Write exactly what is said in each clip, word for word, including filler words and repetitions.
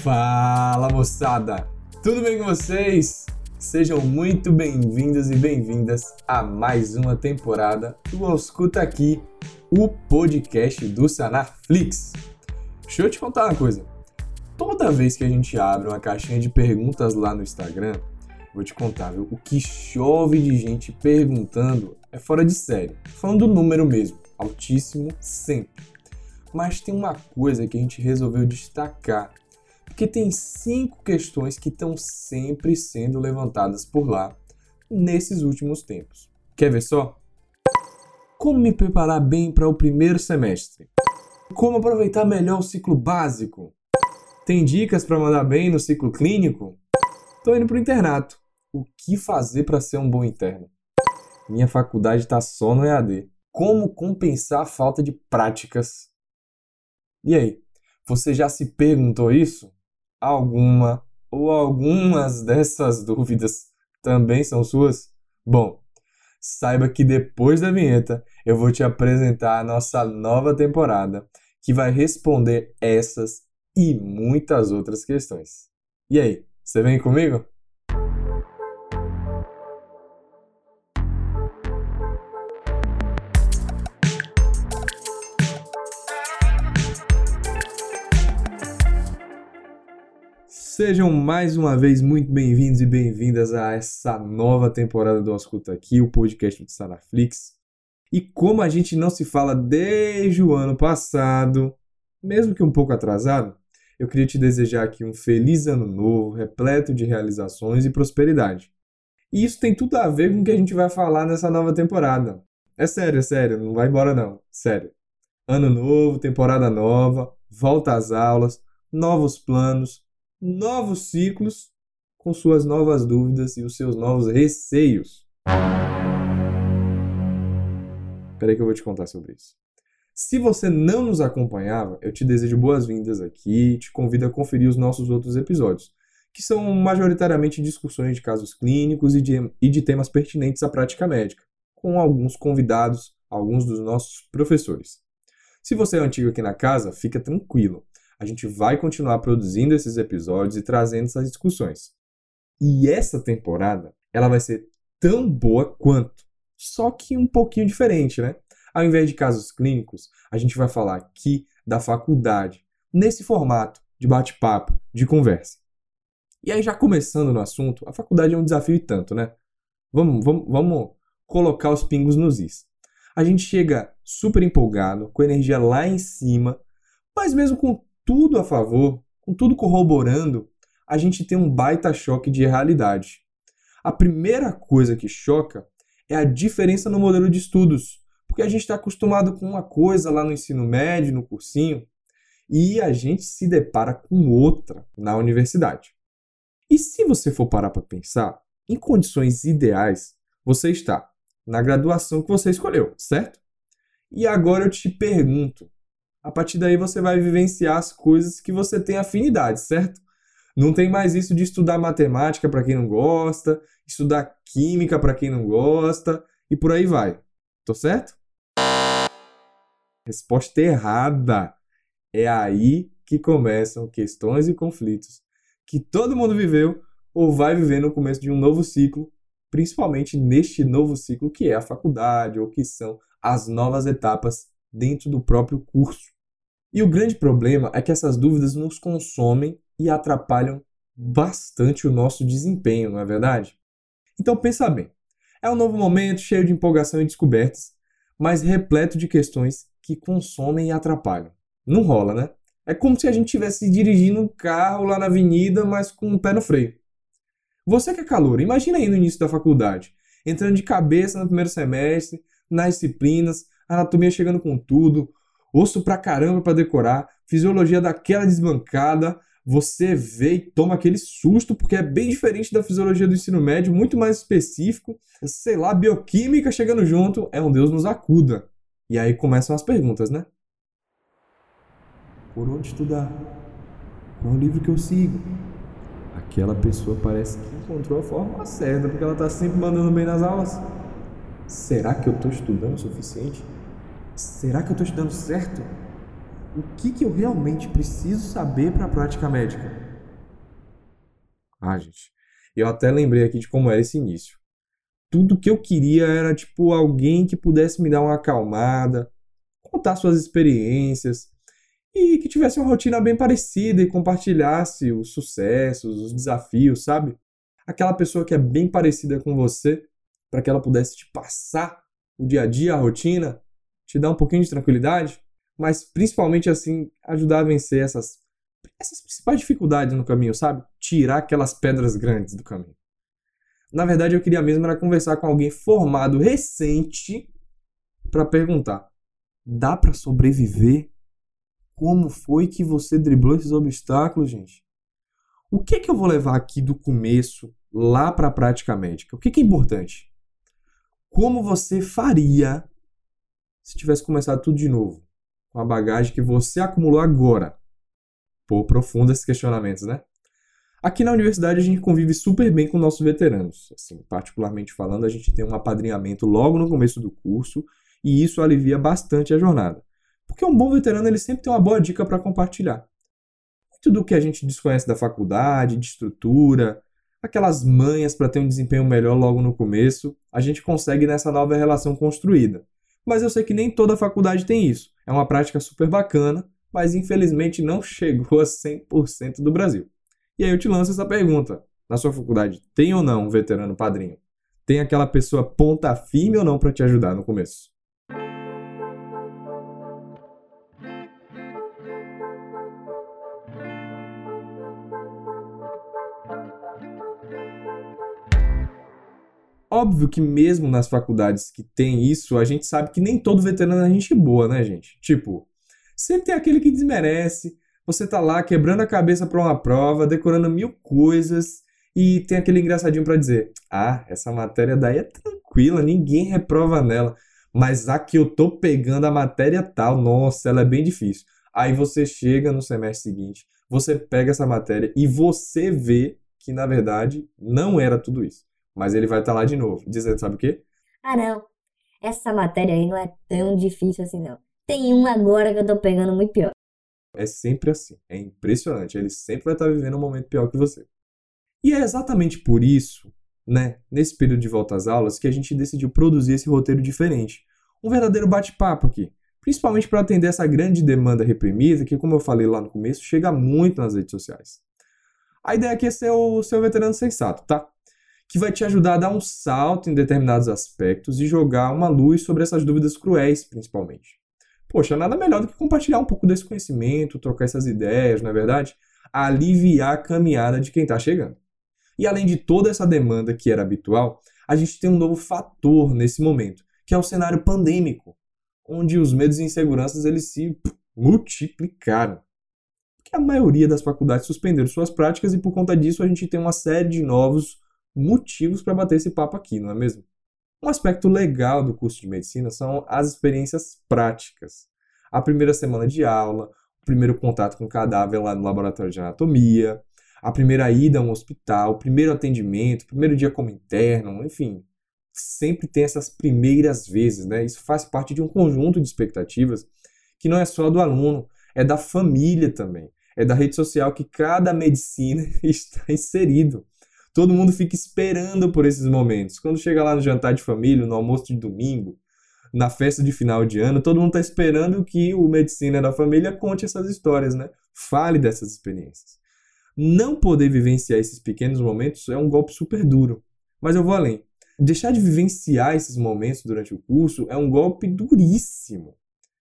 Fala, moçada! Tudo bem com vocês? Sejam muito bem-vindos e bem-vindas a mais uma temporada do Escuta Aqui, o podcast do Sanarflix. Deixa eu te contar uma coisa. Toda vez que a gente abre uma caixinha de perguntas lá no Instagram, vou te contar, viu? O que chove de gente perguntando é fora de série. Falando do número mesmo, altíssimo sempre. Mas tem uma coisa que a gente resolveu destacar, porque tem cinco questões que estão sempre sendo levantadas por lá nesses últimos tempos. Quer ver só? Como me preparar bem para o primeiro semestre? Como aproveitar melhor o ciclo básico? Tem dicas para mandar bem no ciclo clínico? Tô indo pro internato. O que fazer para ser um bom interno? Minha faculdade tá só no E A D. Como compensar a falta de práticas? E aí, você já se perguntou isso? Alguma ou algumas dessas dúvidas também são suas? Bom, saiba que depois da vinheta eu vou te apresentar a nossa nova temporada, que vai responder essas e muitas outras questões. E aí, você vem comigo? Sejam mais uma vez muito bem-vindos e bem-vindas a essa nova temporada do Escuta Aqui, o podcast do Sanarflix. E como a gente não se fala desde o ano passado, mesmo que um pouco atrasado, eu queria te desejar aqui um feliz ano novo, repleto de realizações e prosperidade. E isso tem tudo a ver com o que a gente vai falar nessa nova temporada. É sério, é sério, não vai embora não, sério. Ano novo, temporada nova, volta às aulas, novos planos, novos ciclos, com suas novas dúvidas e os seus novos receios. Peraí que eu vou te contar sobre isso. Se você não nos acompanhava, eu te desejo boas-vindas aqui e te convido a conferir os nossos outros episódios, que são majoritariamente discussões de casos clínicos e de, e de temas pertinentes à prática médica, com alguns convidados, alguns dos nossos professores. Se você é antigo aqui na casa, fica tranquilo. A gente vai continuar produzindo esses episódios e trazendo essas discussões. E essa temporada, ela vai ser tão boa quanto, só que um pouquinho diferente, né? Ao invés de casos clínicos, a gente vai falar aqui da faculdade, nesse formato de bate-papo, de conversa. E aí, já começando no assunto, a faculdade é um desafio e tanto, né? Vamos, vamos, vamos colocar os pingos nos is. A gente chega super empolgado, com energia lá em cima, mas mesmo com tudo a favor, com tudo corroborando, a gente tem um baita choque de realidade. A primeira coisa que choca é a diferença no modelo de estudos, porque a gente está acostumado com uma coisa lá no ensino médio, no cursinho, e a gente se depara com outra na universidade. E se você for parar para pensar, em condições ideais, você está na graduação que você escolheu, certo? E agora eu te pergunto, a partir daí você vai vivenciar as coisas que você tem afinidade, certo? Não tem mais isso de estudar matemática para quem não gosta, estudar química para quem não gosta e por aí vai. Tô certo? Resposta errada. É aí que começam questões e conflitos que todo mundo viveu ou vai viver no começo de um novo ciclo, principalmente neste novo ciclo que é a faculdade ou que são as novas etapas dentro do próprio curso. E o grande problema é que essas dúvidas nos consomem e atrapalham bastante o nosso desempenho, não é verdade? Então pensa bem, é um novo momento cheio de empolgação e descobertas, mas repleto de questões que consomem e atrapalham. Não rola, né? É como se a gente estivesse dirigindo um carro lá na avenida, mas com o pé no freio. Você que é calouro, imagina aí no início da faculdade, entrando de cabeça no primeiro semestre, nas disciplinas, anatomia chegando com tudo, osso pra caramba pra decorar, fisiologia daquela desbancada, você vê e toma aquele susto, porque é bem diferente da fisiologia do ensino médio, muito mais específico, sei lá, bioquímica chegando junto, é um Deus nos acuda. E aí começam as perguntas, né? Por onde estudar? Qual livro que eu sigo? Aquela pessoa parece que encontrou a forma certa, porque ela tá sempre mandando bem nas aulas. Será que eu tô estudando o suficiente? Será que eu estou estudando certo? O que, que eu realmente preciso saber para a prática médica? Ah, gente, eu até lembrei aqui de como era esse início. Tudo que eu queria era, tipo, alguém que pudesse me dar uma acalmada, contar suas experiências e que tivesse uma rotina bem parecida e compartilhasse os sucessos, os desafios, sabe? Aquela pessoa que é bem parecida com você, para que ela pudesse te passar o dia a dia, a rotina, te dar um pouquinho de tranquilidade, mas principalmente assim ajudar a vencer essas essas principais dificuldades no caminho, sabe? Tirar aquelas pedras grandes do caminho. Na verdade, eu queria mesmo era conversar com alguém formado recente para perguntar: dá para sobreviver? Como foi que você driblou esses obstáculos, gente? O que é que eu vou levar aqui do começo lá para a prática médica? O que é, que é importante? Como você faria se tivesse começado tudo de novo, com a bagagem que você acumulou agora? Pô, profundo esses questionamentos, né? Aqui na universidade a gente convive super bem com nossos veteranos. Assim, particularmente falando, a gente tem um apadrinhamento logo no começo do curso e isso alivia bastante a jornada. Porque um bom veterano ele sempre tem uma boa dica para compartilhar. Muito do que a gente desconhece da faculdade, de estrutura, aquelas manhas para ter um desempenho melhor logo no começo, a gente consegue nessa nova relação construída. Mas eu sei que nem toda faculdade tem isso. É uma prática super bacana, mas infelizmente não chegou a cem por cento do Brasil. E aí eu te lanço essa pergunta. Na sua faculdade, tem ou não um veterano padrinho? Tem aquela pessoa ponta firme ou não para te ajudar no começo? Óbvio que mesmo nas faculdades que tem isso, a gente sabe que nem todo veterano é gente boa, né, gente? Tipo, sempre tem aquele que desmerece, você tá lá quebrando a cabeça pra uma prova, decorando mil coisas, e tem aquele engraçadinho pra dizer: ah, essa matéria daí é tranquila, ninguém reprova nela, mas a que eu tô pegando a matéria tal, nossa, ela é bem difícil. Aí você chega no semestre seguinte, você pega essa matéria e você vê que, na verdade, não era tudo isso. Mas ele vai estar lá de novo, dizendo, sabe o quê? Ah, não. Essa matéria aí não é tão difícil assim, não. Tem uma agora que eu tô pegando muito pior. É sempre assim, é impressionante, ele sempre vai estar vivendo um momento pior que você. E é exatamente por isso, né, nesse período de volta às aulas, que a gente decidiu produzir esse roteiro diferente. Um verdadeiro bate-papo aqui, principalmente para atender essa grande demanda reprimida que, como eu falei lá no começo, chega muito nas redes sociais. A ideia aqui é ser o seu veterano sensato, tá? Que vai te ajudar a dar um salto em determinados aspectos e jogar uma luz sobre essas dúvidas cruéis, principalmente. Poxa, nada melhor do que compartilhar um pouco desse conhecimento, trocar essas ideias, não é verdade? Aliviar a caminhada de quem está chegando. E além de toda essa demanda que era habitual, a gente tem um novo fator nesse momento, que é o cenário pandêmico, onde os medos e inseguranças eles se multiplicaram. Porque a maioria das faculdades suspenderam suas práticas e por conta disso a gente tem uma série de novos motivos para bater esse papo aqui, não é mesmo? Um aspecto legal do curso de medicina são as experiências práticas. A primeira semana de aula, o primeiro contato com o cadáver lá no laboratório de anatomia, a primeira ida a um hospital, o primeiro atendimento, o primeiro dia como interno, enfim. Sempre tem essas primeiras vezes, né? Isso faz parte de um conjunto de expectativas que não é só do aluno, é da família também. É da rede social que cada medicina está inserido. Todo mundo fica esperando por esses momentos. Quando chega lá no jantar de família, no almoço de domingo, na festa de final de ano, todo mundo está esperando que o medicina da família conte essas histórias, né? Fale dessas experiências. Não poder vivenciar esses pequenos momentos é um golpe super duro. Mas eu vou além. Deixar de vivenciar esses momentos durante o curso é um golpe duríssimo.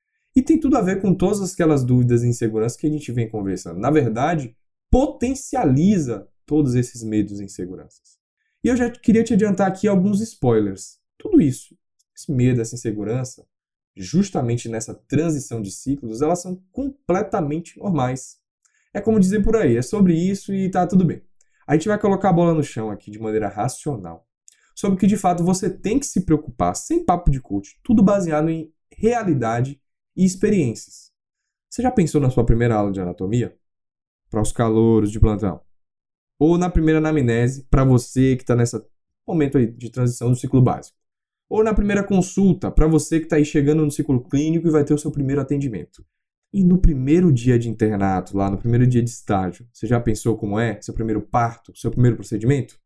E tem tudo a ver com todas aquelas dúvidas e inseguranças que a gente vem conversando. Na verdade, potencializa todos esses medos e inseguranças. E eu já queria te adiantar aqui alguns spoilers. Tudo isso, esse medo, essa insegurança, justamente nessa transição de ciclos, elas são completamente normais. É como dizer por aí, é sobre isso e tá tudo bem. A gente vai colocar a bola no chão aqui de maneira racional, sobre o que de fato você tem que se preocupar, sem papo de coach, tudo baseado em realidade e experiências. Você já pensou na sua primeira aula de anatomia? Para os calouros de plantão. Ou na primeira anamnese, para você que está nesse momento aí de transição do ciclo básico. Ou na primeira consulta, para você que está aí chegando no ciclo clínico e vai ter o seu primeiro atendimento. E no primeiro dia de internato, lá no primeiro dia de estágio, você já pensou como é? Seu primeiro parto, seu primeiro procedimento?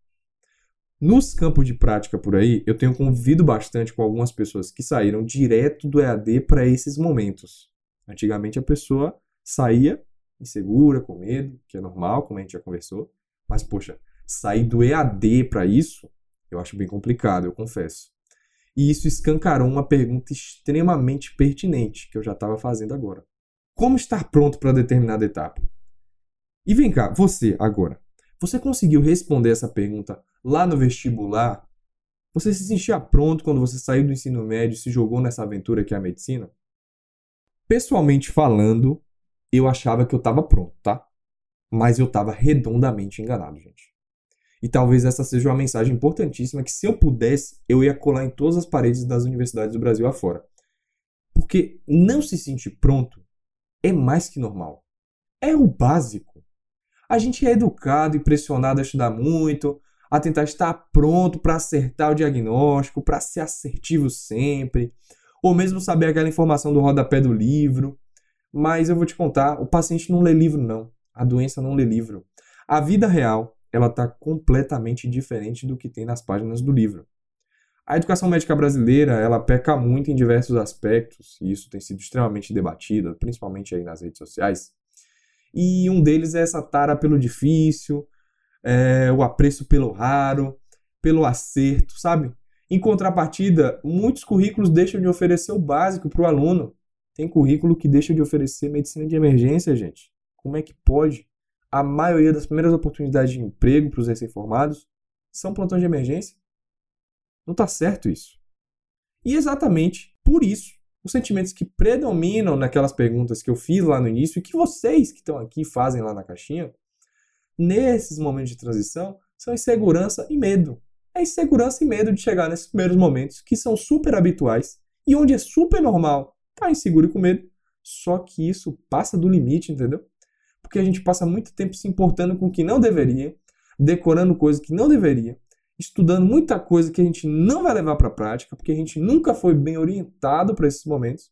Nos campos de prática por aí, eu tenho convivido bastante com algumas pessoas que saíram direto do E A D para esses momentos. Antigamente a pessoa saía insegura, com medo, que é normal, como a gente já conversou. Mas, poxa, sair do E A D para isso, eu acho bem complicado, eu confesso. E isso escancarou uma pergunta extremamente pertinente, que eu já estava fazendo agora. Como estar pronto para determinada etapa? E vem cá, você agora, você conseguiu responder essa pergunta lá no vestibular? Você se sentia pronto quando você saiu do ensino médio e se jogou nessa aventura que é a medicina? Pessoalmente falando, eu achava que eu estava pronto, tá? Mas eu estava redondamente enganado, gente. E talvez essa seja uma mensagem importantíssima que, se eu pudesse, eu ia colar em todas as paredes das universidades do Brasil afora. Porque não se sentir pronto é mais que normal. É o básico. A gente é educado e pressionado a estudar muito, a tentar estar pronto para acertar o diagnóstico, para ser assertivo sempre, ou mesmo saber aquela informação do rodapé do livro. Mas eu vou te contar, o paciente não lê livro não, a doença não lê livro. A vida real, ela está completamente diferente do que tem nas páginas do livro. A educação médica brasileira, ela peca muito em diversos aspectos, e isso tem sido extremamente debatido, principalmente aí nas redes sociais. E um deles é essa tara pelo difícil, é, o apreço pelo raro, pelo acerto, sabe? Em contrapartida, muitos currículos deixam de oferecer o básico para o aluno. Tem currículo que deixa de oferecer medicina de emergência, gente. Como é que pode? A maioria das primeiras oportunidades de emprego para os recém-formados são plantões de emergência. Não está certo isso. E exatamente por isso, os sentimentos que predominam naquelas perguntas que eu fiz lá no início e que vocês que estão aqui fazem lá na caixinha, nesses momentos de transição, são insegurança e medo. É insegurança e medo de chegar nesses primeiros momentos que são super habituais e onde é super normal estar inseguro e com medo, só que isso passa do limite, entendeu? Porque a gente passa muito tempo se importando com o que não deveria, decorando coisas que não deveria, estudando muita coisa que a gente não vai levar para a prática, porque a gente nunca foi bem orientado para esses momentos.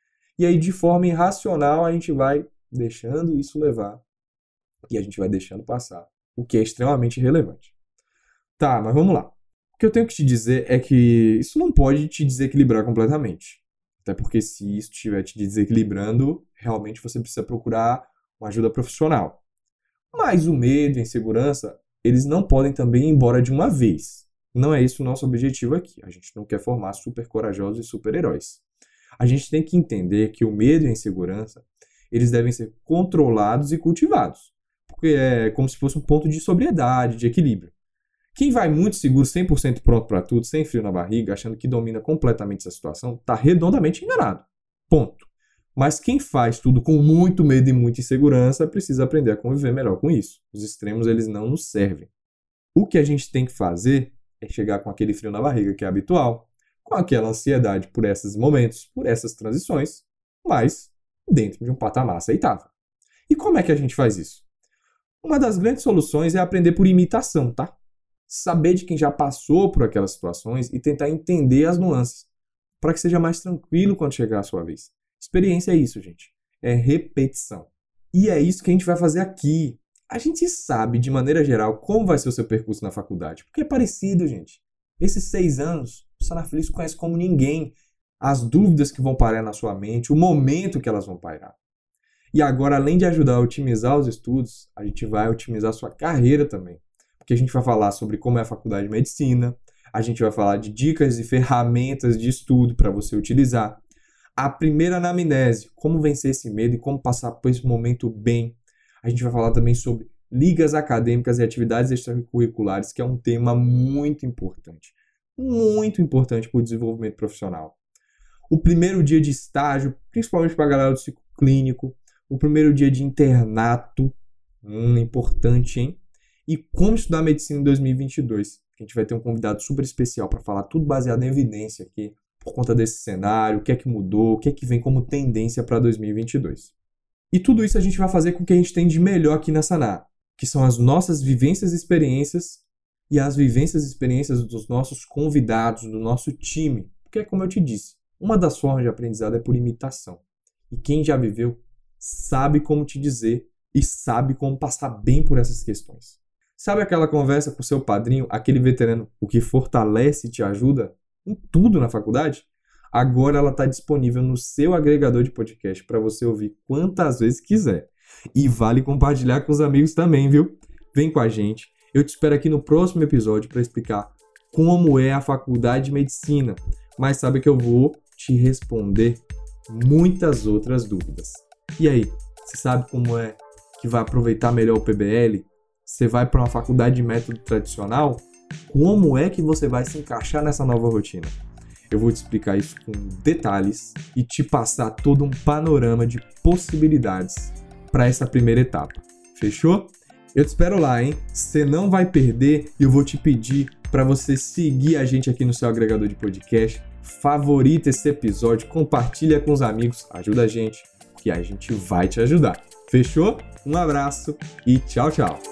E aí, de forma irracional, a gente vai deixando isso levar e a gente vai deixando passar, o que é extremamente relevante. Tá, mas vamos lá. O que eu tenho que te dizer é que isso não pode te desequilibrar completamente. Até porque se isso estiver te desequilibrando, realmente você precisa procurar uma ajuda profissional. Mas o medo e a insegurança, eles não podem também ir embora de uma vez. Não é esse o nosso objetivo aqui. A gente não quer formar super corajosos e super-heróis. A gente tem que entender que o medo e a insegurança, eles devem ser controlados e cultivados. Porque é como se fosse um ponto de sobriedade, de equilíbrio. Quem vai muito seguro, cem por cento pronto para tudo, sem frio na barriga, achando que domina completamente essa situação, está redondamente enganado. Ponto. Mas quem faz tudo com muito medo e muita insegurança precisa aprender a conviver melhor com isso. Os extremos, eles não nos servem. O que a gente tem que fazer é chegar com aquele frio na barriga que é habitual, com aquela ansiedade por esses momentos, por essas transições, mas dentro de um patamar aceitável. E como é que a gente faz isso? Uma das grandes soluções é aprender por imitação, tá? Saber de quem já passou por aquelas situações e tentar entender as nuances, para que seja mais tranquilo quando chegar a sua vez. Experiência é isso, gente. É repetição. E é isso que a gente vai fazer aqui. A gente sabe, de maneira geral, como vai ser o seu percurso na faculdade, porque é parecido, gente. Esses seis anos, o Sanafeliz conhece como ninguém as dúvidas que vão pairar na sua mente, o momento que elas vão pairar. E agora, além de ajudar a otimizar os estudos, a gente vai otimizar a sua carreira também. Porque a gente vai falar sobre como é a faculdade de medicina, a gente vai falar de dicas e ferramentas de estudo para você utilizar. A primeira anamnese, como vencer esse medo e como passar por esse momento bem. A gente vai falar também sobre ligas acadêmicas e atividades extracurriculares, que é um tema muito importante. Muito importante para o desenvolvimento profissional. O primeiro dia de estágio, principalmente para a galera do ciclo clínico. O primeiro dia de internato, hum, importante, hein? E como estudar medicina em dois mil e vinte e dois. A gente vai ter um convidado super especial para falar tudo baseado em evidência aqui, por conta desse cenário, o que é que mudou, o que é que vem como tendência para dois mil e vinte e dois. E tudo isso a gente vai fazer com o que a gente tem de melhor aqui na Sanar, que são as nossas vivências e experiências e as vivências e experiências dos nossos convidados, do nosso time. Porque, como eu te disse, uma das formas de aprendizado é por imitação. E quem já viveu sabe como te dizer e sabe como passar bem por essas questões. Sabe aquela conversa com seu padrinho, aquele veterano, o que fortalece e te ajuda em tudo na faculdade? Agora ela está disponível no seu agregador de podcast para você ouvir quantas vezes quiser. E vale compartilhar com os amigos também, viu? Vem com a gente. Eu te espero aqui no próximo episódio para explicar como é a faculdade de medicina. Mas sabe que eu vou te responder muitas outras dúvidas. E aí, você sabe como é que vai aproveitar melhor o P B L? Você vai para uma faculdade de método tradicional? Como é que você vai se encaixar nessa nova rotina? Eu vou te explicar isso com detalhes e te passar todo um panorama de possibilidades para essa primeira etapa. Fechou? Eu te espero lá, hein? Você não vai perder e eu vou te pedir para você seguir a gente aqui no seu agregador de podcast, favorita esse episódio, compartilha com os amigos, ajuda a gente, que a gente vai te ajudar. Fechou? Um abraço e tchau, tchau!